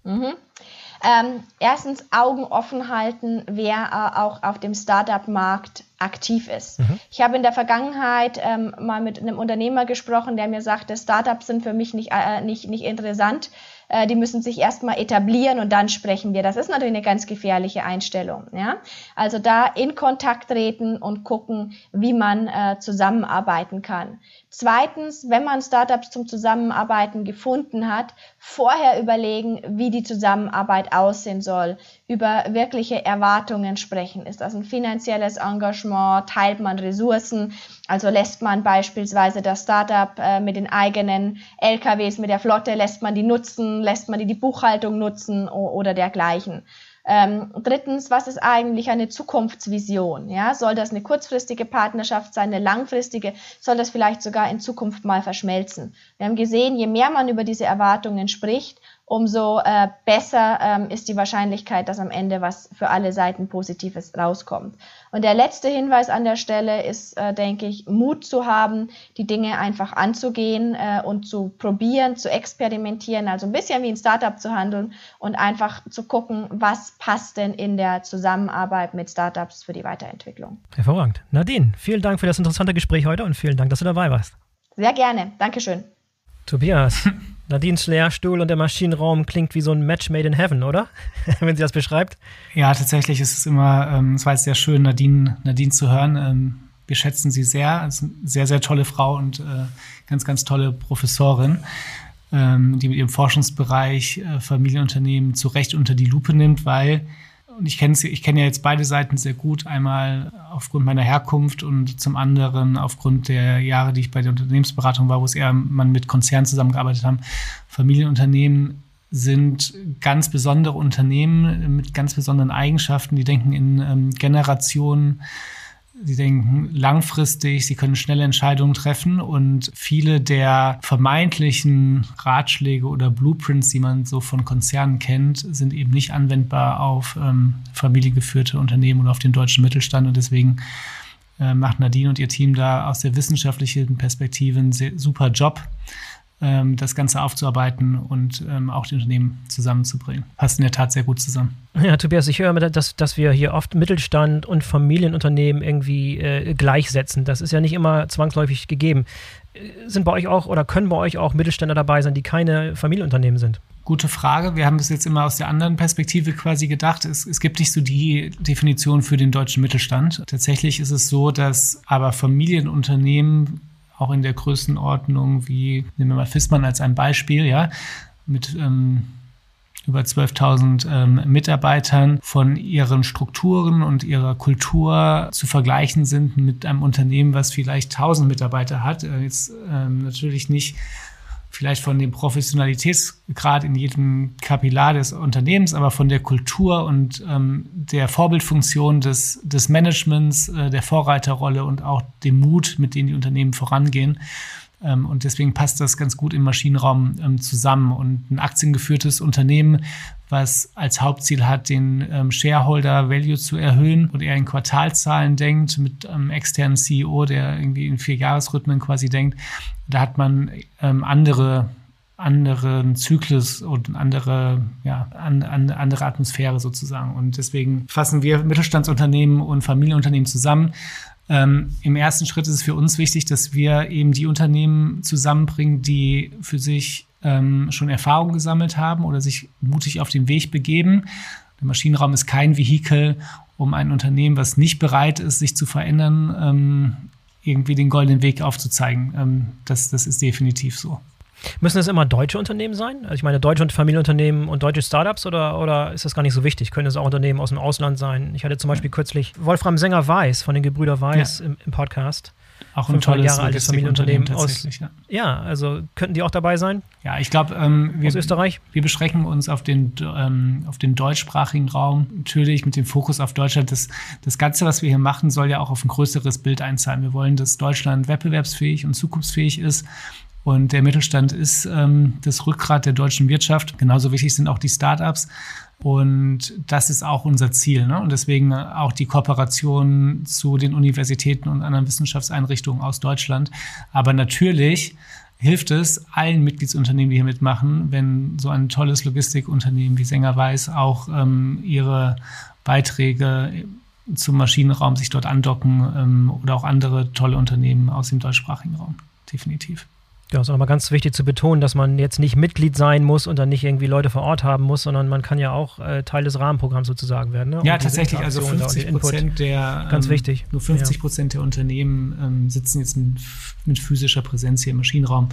C: Erstens Augen offen halten, wer auch auf dem Startup-Markt aktiv ist. Ich habe in der Vergangenheit mal mit einem Unternehmer gesprochen, der mir sagte, Startups sind für mich nicht interessant. Die müssen sich erstmal etablieren und dann sprechen wir. Das ist natürlich eine ganz gefährliche Einstellung. Ja? Also da in Kontakt treten und gucken, wie man zusammenarbeiten kann. Zweitens, wenn man Startups zum Zusammenarbeiten gefunden hat, vorher überlegen, wie die Zusammenarbeit aussehen soll, über wirkliche Erwartungen sprechen. Ist das ein finanzielles Engagement? Teilt man Ressourcen? Also lässt man beispielsweise das Startup mit den eigenen LKWs, mit der Flotte, lässt man die nutzen, lässt man die Buchhaltung nutzen oder dergleichen. Drittens, was ist eigentlich eine Zukunftsvision? Ja, soll das eine kurzfristige Partnerschaft sein, eine langfristige? Soll das vielleicht sogar in Zukunft mal verschmelzen? Wir haben gesehen, je mehr man über diese Erwartungen spricht, umso besser ist die Wahrscheinlichkeit, dass am Ende was für alle Seiten Positives rauskommt. Und der letzte Hinweis an der Stelle ist, denke ich, Mut zu haben, die Dinge einfach anzugehen und zu probieren, zu experimentieren, also ein bisschen wie ein Startup zu handeln und einfach zu gucken, was passt denn in der Zusammenarbeit mit Startups für die Weiterentwicklung.
A: Hervorragend. Nadine, vielen Dank für das interessante Gespräch heute und vielen Dank, dass du dabei warst.
C: Sehr gerne. Dankeschön.
A: Tobias, Nadines Lehrstuhl und der Maschinenraum klingt wie so ein Match made in heaven, oder? Wenn sie das beschreibt.
B: Ja, tatsächlich ist es immer, es war jetzt sehr schön, Nadine zu hören. Wir schätzen sie sehr. Es ist eine sehr, sehr tolle Frau und ganz, ganz tolle Professorin, die mit ihrem Forschungsbereich Familienunternehmen zu Recht unter die Lupe nimmt, weil, und ich kenne ja jetzt beide Seiten sehr gut, einmal aufgrund meiner Herkunft und zum anderen aufgrund der Jahre, die ich bei der Unternehmensberatung war, wo es eher man mit Konzernen zusammengearbeitet haben. Familienunternehmen sind ganz besondere Unternehmen mit ganz besonderen Eigenschaften. Die denken in Generationen, sie denken langfristig, sie können schnelle Entscheidungen treffen und viele der vermeintlichen Ratschläge oder Blueprints, die man so von Konzernen kennt, sind eben nicht anwendbar auf familiengeführte Unternehmen oder auf den deutschen Mittelstand und deswegen macht Nadine und ihr Team da aus der wissenschaftlichen Perspektive einen super Job, das Ganze aufzuarbeiten und auch die Unternehmen zusammenzubringen. Passt in der Tat sehr gut zusammen.
A: Ja, Tobias, ich höre immer, dass wir hier oft Mittelstand und Familienunternehmen irgendwie gleichsetzen. Das ist ja nicht immer zwangsläufig gegeben. Sind bei euch auch oder können bei euch auch Mittelständler dabei sein, die keine Familienunternehmen sind?
B: Gute Frage. Wir haben das jetzt immer aus der anderen Perspektive quasi gedacht. Es gibt nicht so die Definition für den deutschen Mittelstand. Tatsächlich ist es so, dass aber Familienunternehmen auch in der Größenordnung wie, nehmen wir mal Viessmann als ein Beispiel, ja, mit über 12.000 Mitarbeitern von ihren Strukturen und ihrer Kultur zu vergleichen sind mit einem Unternehmen, was vielleicht 1.000 Mitarbeiter hat. Jetzt natürlich nicht vielleicht von dem Professionalitätsgrad in jedem Kapillar des Unternehmens, aber von der Kultur und der Vorbildfunktion des Managements, der Vorreiterrolle und auch dem Mut, mit dem die Unternehmen vorangehen. Und deswegen passt das ganz gut im Maschinenraum zusammen. Und ein aktiengeführtes Unternehmen, was als Hauptziel hat, den Shareholder-Value zu erhöhen und eher in Quartalszahlen denkt, mit einem externen CEO, der irgendwie in 4-Jahres-Rhythmen quasi denkt, da hat man anderen Zyklus und andere Atmosphäre sozusagen. Und deswegen fassen wir Mittelstandsunternehmen und Familienunternehmen zusammen, Im ersten Schritt ist es für uns wichtig, dass wir eben die Unternehmen zusammenbringen, die für sich schon Erfahrung gesammelt haben oder sich mutig auf den Weg begeben. Der Maschinenraum ist kein Vehikel, um ein Unternehmen, was nicht bereit ist, sich zu verändern, irgendwie den goldenen Weg aufzuzeigen. Das ist definitiv so.
A: Müssen das immer deutsche Unternehmen sein? Also ich meine, deutsche Familienunternehmen und deutsche Startups oder ist das gar nicht so wichtig? Können es auch Unternehmen aus dem Ausland sein? Ich hatte zum Beispiel kürzlich Wolfram Sänger-Weiß von den Gebrüder Weiß im Podcast.
B: Auch ein tolles
A: Jahre altes Familienunternehmen aus.
B: Ja,
A: also könnten die auch dabei sein?
B: Ja, ich glaube,
A: aus Österreich?
B: Wir beschränken uns auf den deutschsprachigen Raum, natürlich mit dem Fokus auf Deutschland. Das Ganze, was wir hier machen, soll ja auch auf ein größeres Bild einzahlen. Wir wollen, dass Deutschland wettbewerbsfähig und zukunftsfähig ist. Und der Mittelstand ist das Rückgrat der deutschen Wirtschaft. Genauso wichtig sind auch die Startups. Und das ist auch unser Ziel, ne? Und deswegen auch die Kooperation zu den Universitäten und anderen Wissenschaftseinrichtungen aus Deutschland. Aber natürlich hilft es allen Mitgliedsunternehmen, die hier mitmachen, wenn so ein tolles Logistikunternehmen wie Sänger-Weiß auch ihre Beiträge zum Maschinenraum sich dort andocken oder auch andere tolle Unternehmen aus dem deutschsprachigen Raum. Definitiv.
A: Ja, ist auch nochmal ganz wichtig zu betonen, dass man jetzt nicht Mitglied sein muss und dann nicht irgendwie Leute vor Ort haben muss, sondern man kann ja auch Teil des Rahmenprogramms sozusagen werden. Ne?
B: Ja, tatsächlich, also 50% der,
A: ganz wichtig.
B: Nur 50% der Unternehmen sitzen jetzt mit physischer Präsenz hier im Maschinenraum.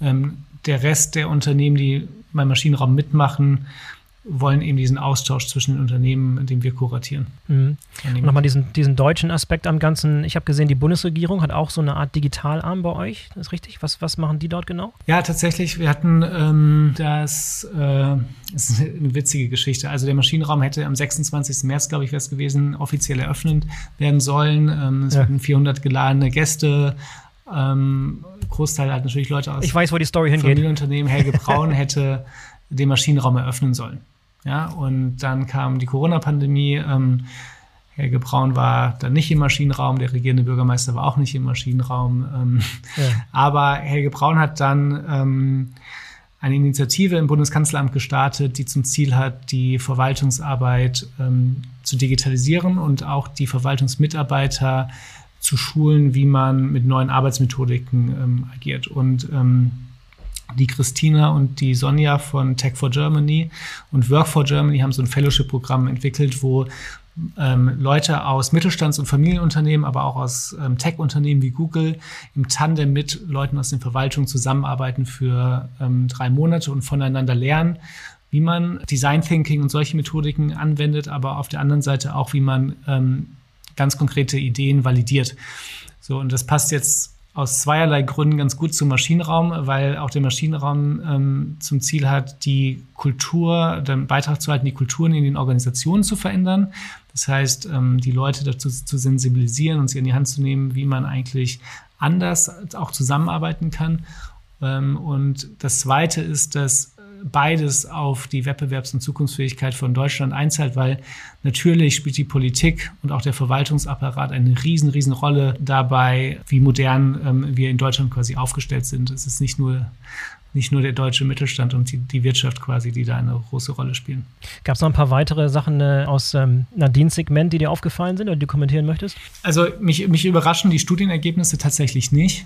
B: Der Rest der Unternehmen, die beim Maschinenraum mitmachen, wollen eben diesen Austausch zwischen den Unternehmen, den wir kuratieren.
A: Mhm. Und nochmal diesen deutschen Aspekt am Ganzen. Ich habe gesehen, die Bundesregierung hat auch so eine Art Digitalarm bei euch. Das ist richtig? Was machen die dort genau?
B: Ja, tatsächlich. Wir hatten das ist eine witzige Geschichte. Also der Maschinenraum hätte am 26. März, glaube ich, wäre es gewesen, offiziell eröffnet werden sollen. Es hatten 400 geladene Gäste. Großteil hat natürlich Leute aus.
A: Ich weiß, wo die Story hingeht.
B: Familienunternehmen. Helge Braun hätte den Maschinenraum eröffnen sollen. Ja, und dann kam die Corona-Pandemie. Helge Braun war dann nicht im Maschinenraum, der regierende Bürgermeister war auch nicht im Maschinenraum. Aber Helge Braun hat dann eine Initiative im Bundeskanzleramt gestartet, die zum Ziel hat, die Verwaltungsarbeit zu digitalisieren und auch die Verwaltungsmitarbeiter zu schulen, wie man mit neuen Arbeitsmethodiken agiert. Und die Christina und die Sonja von Tech for Germany und Work for Germany haben so ein Fellowship-Programm entwickelt, wo Leute aus Mittelstands- und Familienunternehmen, aber auch aus Tech-Unternehmen wie Google im Tandem mit Leuten aus den Verwaltungen zusammenarbeiten für 3 Monate und voneinander lernen, wie man Design Thinking und solche Methodiken anwendet, aber auf der anderen Seite auch, wie man ganz konkrete Ideen validiert. So, und das passt jetzt aus zweierlei Gründen ganz gut zum Maschinenraum, weil auch der Maschinenraum zum Ziel hat, die Kultur, den Beitrag zu halten, die Kulturen in den Organisationen zu verändern. Das heißt, die Leute dazu zu sensibilisieren und sie in die Hand zu nehmen, wie man eigentlich anders auch zusammenarbeiten kann. Und das Zweite ist, dass beides auf die Wettbewerbs- und Zukunftsfähigkeit von Deutschland einzahlt, weil natürlich spielt die Politik und auch der Verwaltungsapparat eine riesen Rolle dabei, wie modern wir in Deutschland quasi aufgestellt sind. Es ist nicht nur der deutsche Mittelstand und die Wirtschaft quasi, die da eine große Rolle spielen. Gab
A: es noch ein paar weitere Sachen aus Nadines Segment, die dir aufgefallen sind oder die du kommentieren möchtest?
B: Also mich überraschen die Studienergebnisse tatsächlich nicht.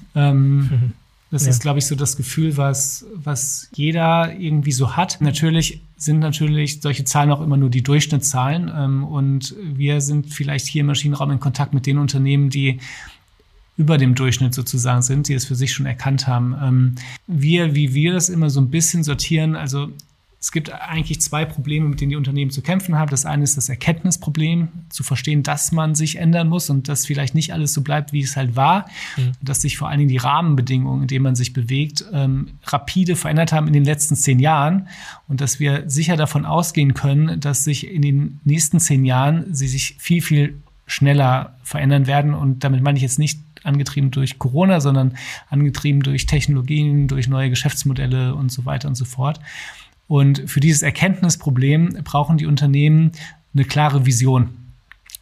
B: Das ist, glaube ich, so das Gefühl, was jeder irgendwie so hat. Natürlich sind solche Zahlen auch immer nur die Durchschnittszahlen. Und wir sind vielleicht hier im Maschinenraum in Kontakt mit den Unternehmen, die über dem Durchschnitt sozusagen sind, die es für sich schon erkannt haben. Wie wir das immer so ein bisschen sortieren, also es gibt eigentlich 2 Probleme, mit denen die Unternehmen zu kämpfen haben. Das eine ist das Erkenntnisproblem, zu verstehen, dass man sich ändern muss und dass vielleicht nicht alles so bleibt, wie es halt war. Dass sich vor allen Dingen die Rahmenbedingungen, in denen man sich bewegt, rapide verändert haben in den letzten 10 Jahren. Und dass wir sicher davon ausgehen können, dass sich in den nächsten 10 Jahren sie sich viel schneller verändern werden. Und damit meine ich jetzt nicht angetrieben durch Corona, sondern angetrieben durch Technologien, durch neue Geschäftsmodelle und so weiter und so fort. Und für dieses Erkenntnisproblem brauchen die Unternehmen eine klare Vision.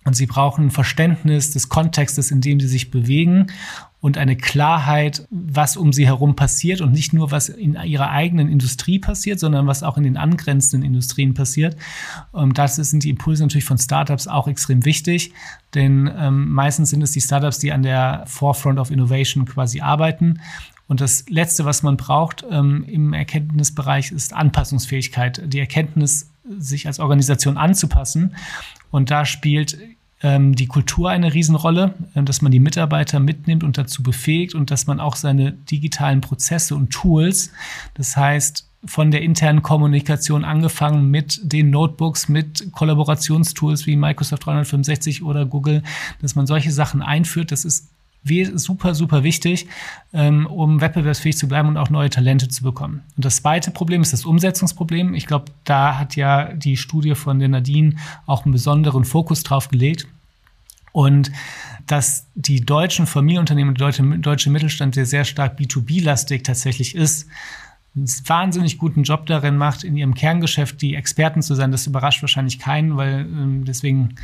B: Und sie brauchen ein Verständnis des Kontextes, in dem sie sich bewegen und eine Klarheit, was um sie herum passiert und nicht nur, was in ihrer eigenen Industrie passiert, sondern was auch in den angrenzenden Industrien passiert. Das sind die Impulse natürlich von Startups auch extrem wichtig, denn meistens sind es die Startups, die an der Forefront of Innovation quasi arbeiten. Und das Letzte, was man braucht im Erkenntnisbereich, ist Anpassungsfähigkeit, die Erkenntnis, sich als Organisation anzupassen. Und da spielt die Kultur eine Riesenrolle, dass man die Mitarbeiter mitnimmt und dazu befähigt und dass man auch seine digitalen Prozesse und Tools, das heißt von der internen Kommunikation angefangen mit den Notebooks, mit Kollaborationstools wie Microsoft 365 oder Google, dass man solche Sachen einführt, das ist super, super wichtig, um wettbewerbsfähig zu bleiben und auch neue Talente zu bekommen. Und das zweite Problem ist das Umsetzungsproblem. Ich glaube, da hat ja die Studie von der Nadine auch einen besonderen Fokus drauf gelegt. Und dass die deutschen Familienunternehmen und der deutsche Mittelstand, der sehr stark B2B-lastig tatsächlich ist, einen wahnsinnig guten Job darin macht, in ihrem Kerngeschäft die Experten zu sein. Das überrascht wahrscheinlich keinen, weil deswegen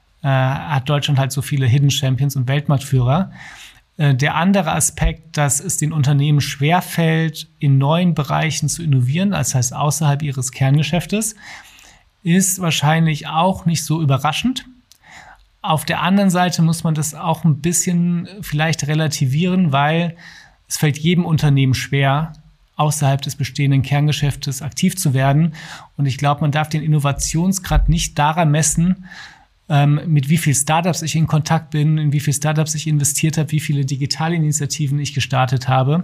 B: hat Deutschland halt so viele Hidden Champions und Weltmarktführer. Der andere Aspekt, dass es den Unternehmen schwerfällt, in neuen Bereichen zu innovieren, das heißt außerhalb ihres Kerngeschäftes, ist wahrscheinlich auch nicht so überraschend. Auf der anderen Seite muss man das auch ein bisschen vielleicht relativieren, weil es fällt jedem Unternehmen schwer, außerhalb des bestehenden Kerngeschäftes aktiv zu werden. Und ich glaube, man darf den Innovationsgrad nicht daran messen, mit wie vielen Startups ich in Kontakt bin, in wie viele Startups ich investiert habe, wie viele Digitalinitiativen ich gestartet habe,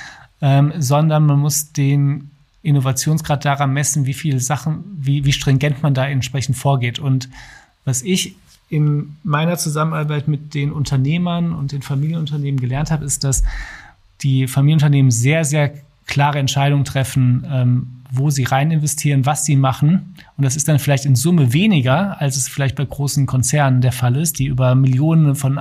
B: sondern man muss den Innovationsgrad daran messen, wie viele Sachen, wie stringent man da entsprechend vorgeht. Und was ich in meiner Zusammenarbeit mit den Unternehmern und den Familienunternehmen gelernt habe, ist, dass die Familienunternehmen sehr, sehr klare Entscheidungen treffen, wo sie rein investieren, was sie machen. Und das ist dann vielleicht in Summe weniger, als es vielleicht bei großen Konzernen der Fall ist, die über Millionen von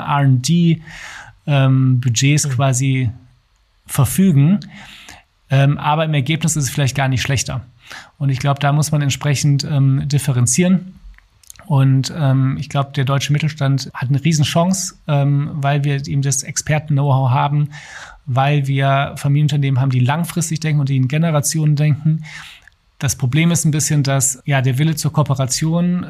B: R&D-Budgets quasi verfügen. Aber im Ergebnis ist es vielleicht gar nicht schlechter. Und ich glaube, da muss man entsprechend differenzieren. Und ich glaube, der deutsche Mittelstand hat eine Riesenchance, weil wir eben das Experten-Know-how haben, weil wir Familienunternehmen haben, die langfristig denken und die in Generationen denken. Das Problem ist ein bisschen, dass der Wille zur Kooperation,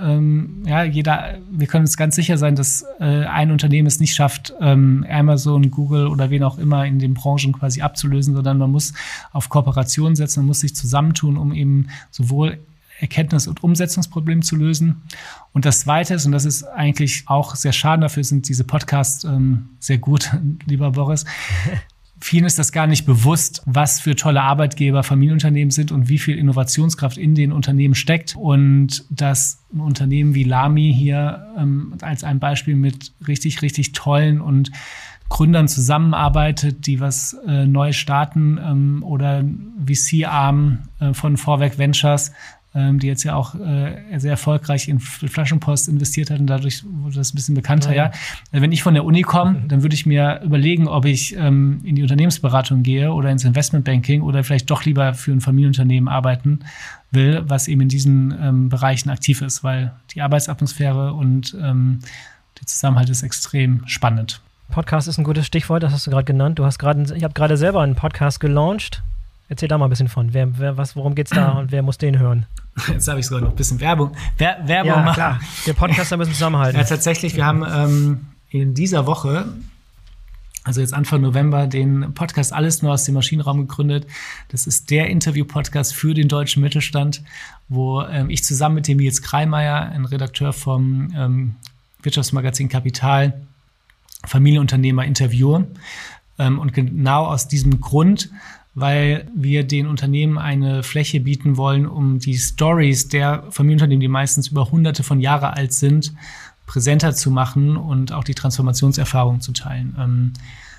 B: wir können uns ganz sicher sein, dass ein Unternehmen es nicht schafft, Amazon, Google oder wen auch immer in den Branchen quasi abzulösen, sondern man muss auf Kooperation setzen, man muss sich zusammentun, um eben sowohl Erkenntnis- und Umsetzungsprobleme zu lösen. Und das Zweite ist, und das ist eigentlich auch sehr schade, dafür sind diese Podcasts sehr gut, lieber Boris. Vielen ist das gar nicht bewusst, was für tolle Arbeitgeber Familienunternehmen sind und wie viel Innovationskraft in den Unternehmen steckt. Und dass ein Unternehmen wie Lamy hier als ein Beispiel mit richtig, richtig tollen und Gründern zusammenarbeitet, die was neu starten oder VC-Arm von Vorwerk Ventures, die jetzt ja auch sehr erfolgreich in Flaschenpost investiert hat und dadurch wurde das ein bisschen bekannter. Ja. Wenn ich von der Uni komme, dann würde ich mir überlegen, ob ich in die Unternehmensberatung gehe oder ins Investmentbanking oder vielleicht doch lieber für ein Familienunternehmen arbeiten will, was eben in diesen Bereichen aktiv ist, weil die Arbeitsatmosphäre und der Zusammenhalt ist extrem spannend.
A: Podcast ist ein gutes Stichwort, das hast du gerade genannt. Ich habe gerade selber einen Podcast gelauncht. Erzähl da mal ein bisschen von. Worum geht's da und wer muss den hören?
B: Jetzt habe ich sogar noch ein bisschen Werbung
A: ja,
B: machen.
A: Klar. Der Podcaster müssen zusammenhalten.
B: Ja, tatsächlich. Wir haben in dieser Woche, also jetzt Anfang November, den Podcast Alles nur aus dem Maschinenraum gegründet. Das ist der Interview-Podcast für den deutschen Mittelstand, wo ich zusammen mit dem Nils Kreimeier, ein Redakteur vom Wirtschaftsmagazin Kapital, Familienunternehmer interviewe. Und genau aus diesem Grund, weil wir den Unternehmen eine Fläche bieten wollen, um die Stories der Familienunternehmen, die meistens über Hunderte von Jahren alt sind, präsenter zu machen und auch die Transformationserfahrung zu teilen.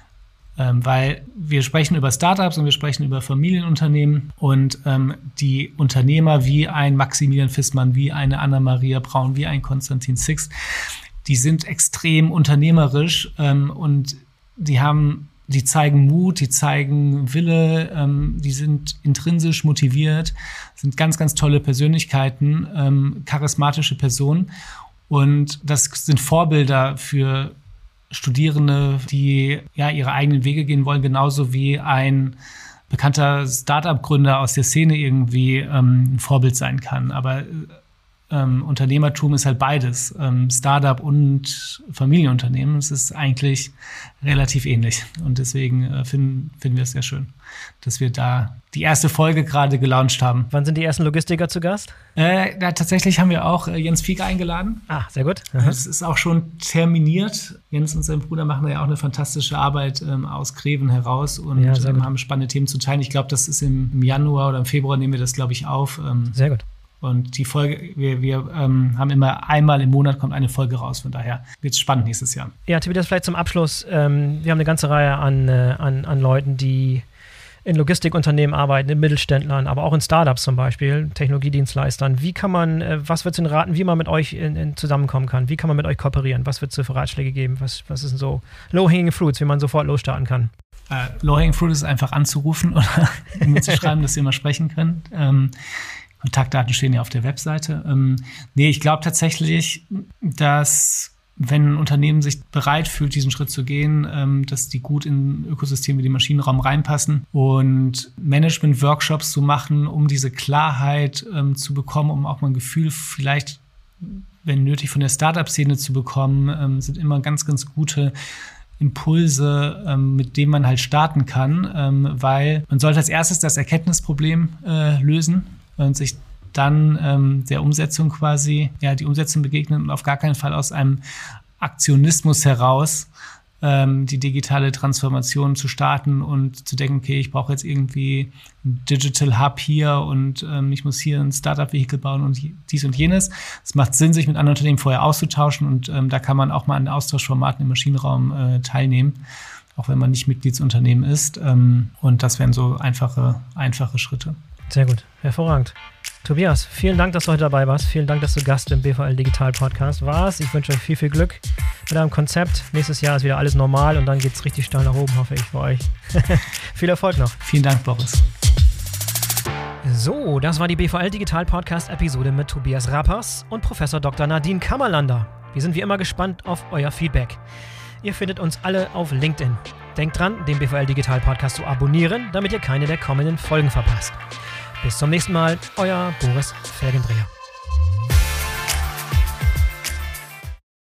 B: Weil wir sprechen über Startups und wir sprechen über Familienunternehmen und die Unternehmer wie ein Maximilian Fissmann, wie eine Anna-Maria Braun, wie ein Konstantin Six, die sind extrem unternehmerisch und die zeigen Mut, die zeigen Wille, die sind intrinsisch motiviert, sind ganz, ganz tolle Persönlichkeiten, charismatische Personen. Und das sind Vorbilder für Studierende, die ja ihre eigenen Wege gehen wollen, genauso wie ein bekannter Start-up-Gründer aus der Szene irgendwie ein Vorbild sein kann. Aber Unternehmertum ist halt beides, Startup und Familienunternehmen. Es ist eigentlich relativ ähnlich und deswegen finden wir es sehr schön, dass wir da die erste Folge gerade gelauncht haben.
A: Wann sind die ersten Logistiker zu Gast?
B: Tatsächlich haben wir auch Jens Fieger eingeladen.
A: Ah, sehr gut.
B: Es ist auch schon terminiert. Jens und sein Bruder machen da ja auch eine fantastische Arbeit aus Greven heraus und haben spannende Themen zu teilen. Ich glaube, das ist im Januar oder im Februar nehmen wir das, glaube ich, auf.
A: Sehr gut.
B: Und die Folge, wir haben immer einmal im Monat kommt eine Folge raus. Von daher wird es spannend nächstes Jahr. Ja,
A: Tobias, vielleicht zum Abschluss. Wir haben eine ganze Reihe an Leuten, die in Logistikunternehmen arbeiten, in Mittelständlern, aber auch in Startups zum Beispiel, Technologiedienstleistern. Wie kann man, was würdest du denn raten, wie man mit euch zusammenkommen kann? Wie kann man mit euch kooperieren? Was wird es für Ratschläge geben? Was ist denn so Low-Hanging Fruits, wie man sofort losstarten kann?
B: Low-Hanging Fruit ist einfach anzurufen oder mir zu schreiben, dass ihr mal sprechen könnt. Kontaktdaten stehen ja auf der Webseite. Ich glaube tatsächlich, dass wenn ein Unternehmen sich bereit fühlt, diesen Schritt zu gehen, dass die gut in Ökosysteme wie den Maschinenraum reinpassen und Management-Workshops zu machen, um diese Klarheit zu bekommen, um auch mal ein Gefühl vielleicht, wenn nötig, von der Startup-Szene zu bekommen, sind immer ganz, ganz gute Impulse, mit denen man halt starten kann, weil man sollte als erstes das Erkenntnisproblem lösen und sich dann der Umsetzung die Umsetzung begegnen und auf gar keinen Fall aus einem Aktionismus heraus die digitale Transformation zu starten und zu denken, okay, ich brauche jetzt irgendwie ein Digital Hub hier und ich muss hier ein Startup-Vehikel bauen und dies und jenes. Es macht Sinn, sich mit anderen Unternehmen vorher auszutauschen und da kann man auch mal an Austauschformaten im Maschinenraum teilnehmen, auch wenn man nicht Mitgliedsunternehmen ist. Und das wären so einfache Schritte.
A: Sehr gut, hervorragend. Tobias, vielen Dank, dass du heute dabei warst. Vielen Dank, dass du Gast im BVL Digital Podcast warst. Ich wünsche euch viel, viel Glück mit eurem Konzept. Nächstes Jahr ist wieder alles normal und dann geht es richtig steil nach oben, hoffe ich, für euch. Viel Erfolg noch.
B: Vielen Dank, Boris.
A: So, das war die BVL Digital Podcast Episode mit Tobias Rappers und Professor Dr. Nadine Kammerlander. Wir sind wie immer gespannt auf euer Feedback. Ihr findet uns alle auf LinkedIn. Denkt dran, den BVL Digital Podcast zu abonnieren, damit ihr keine der kommenden Folgen verpasst. Bis zum nächsten Mal, euer Boris Felgendreher.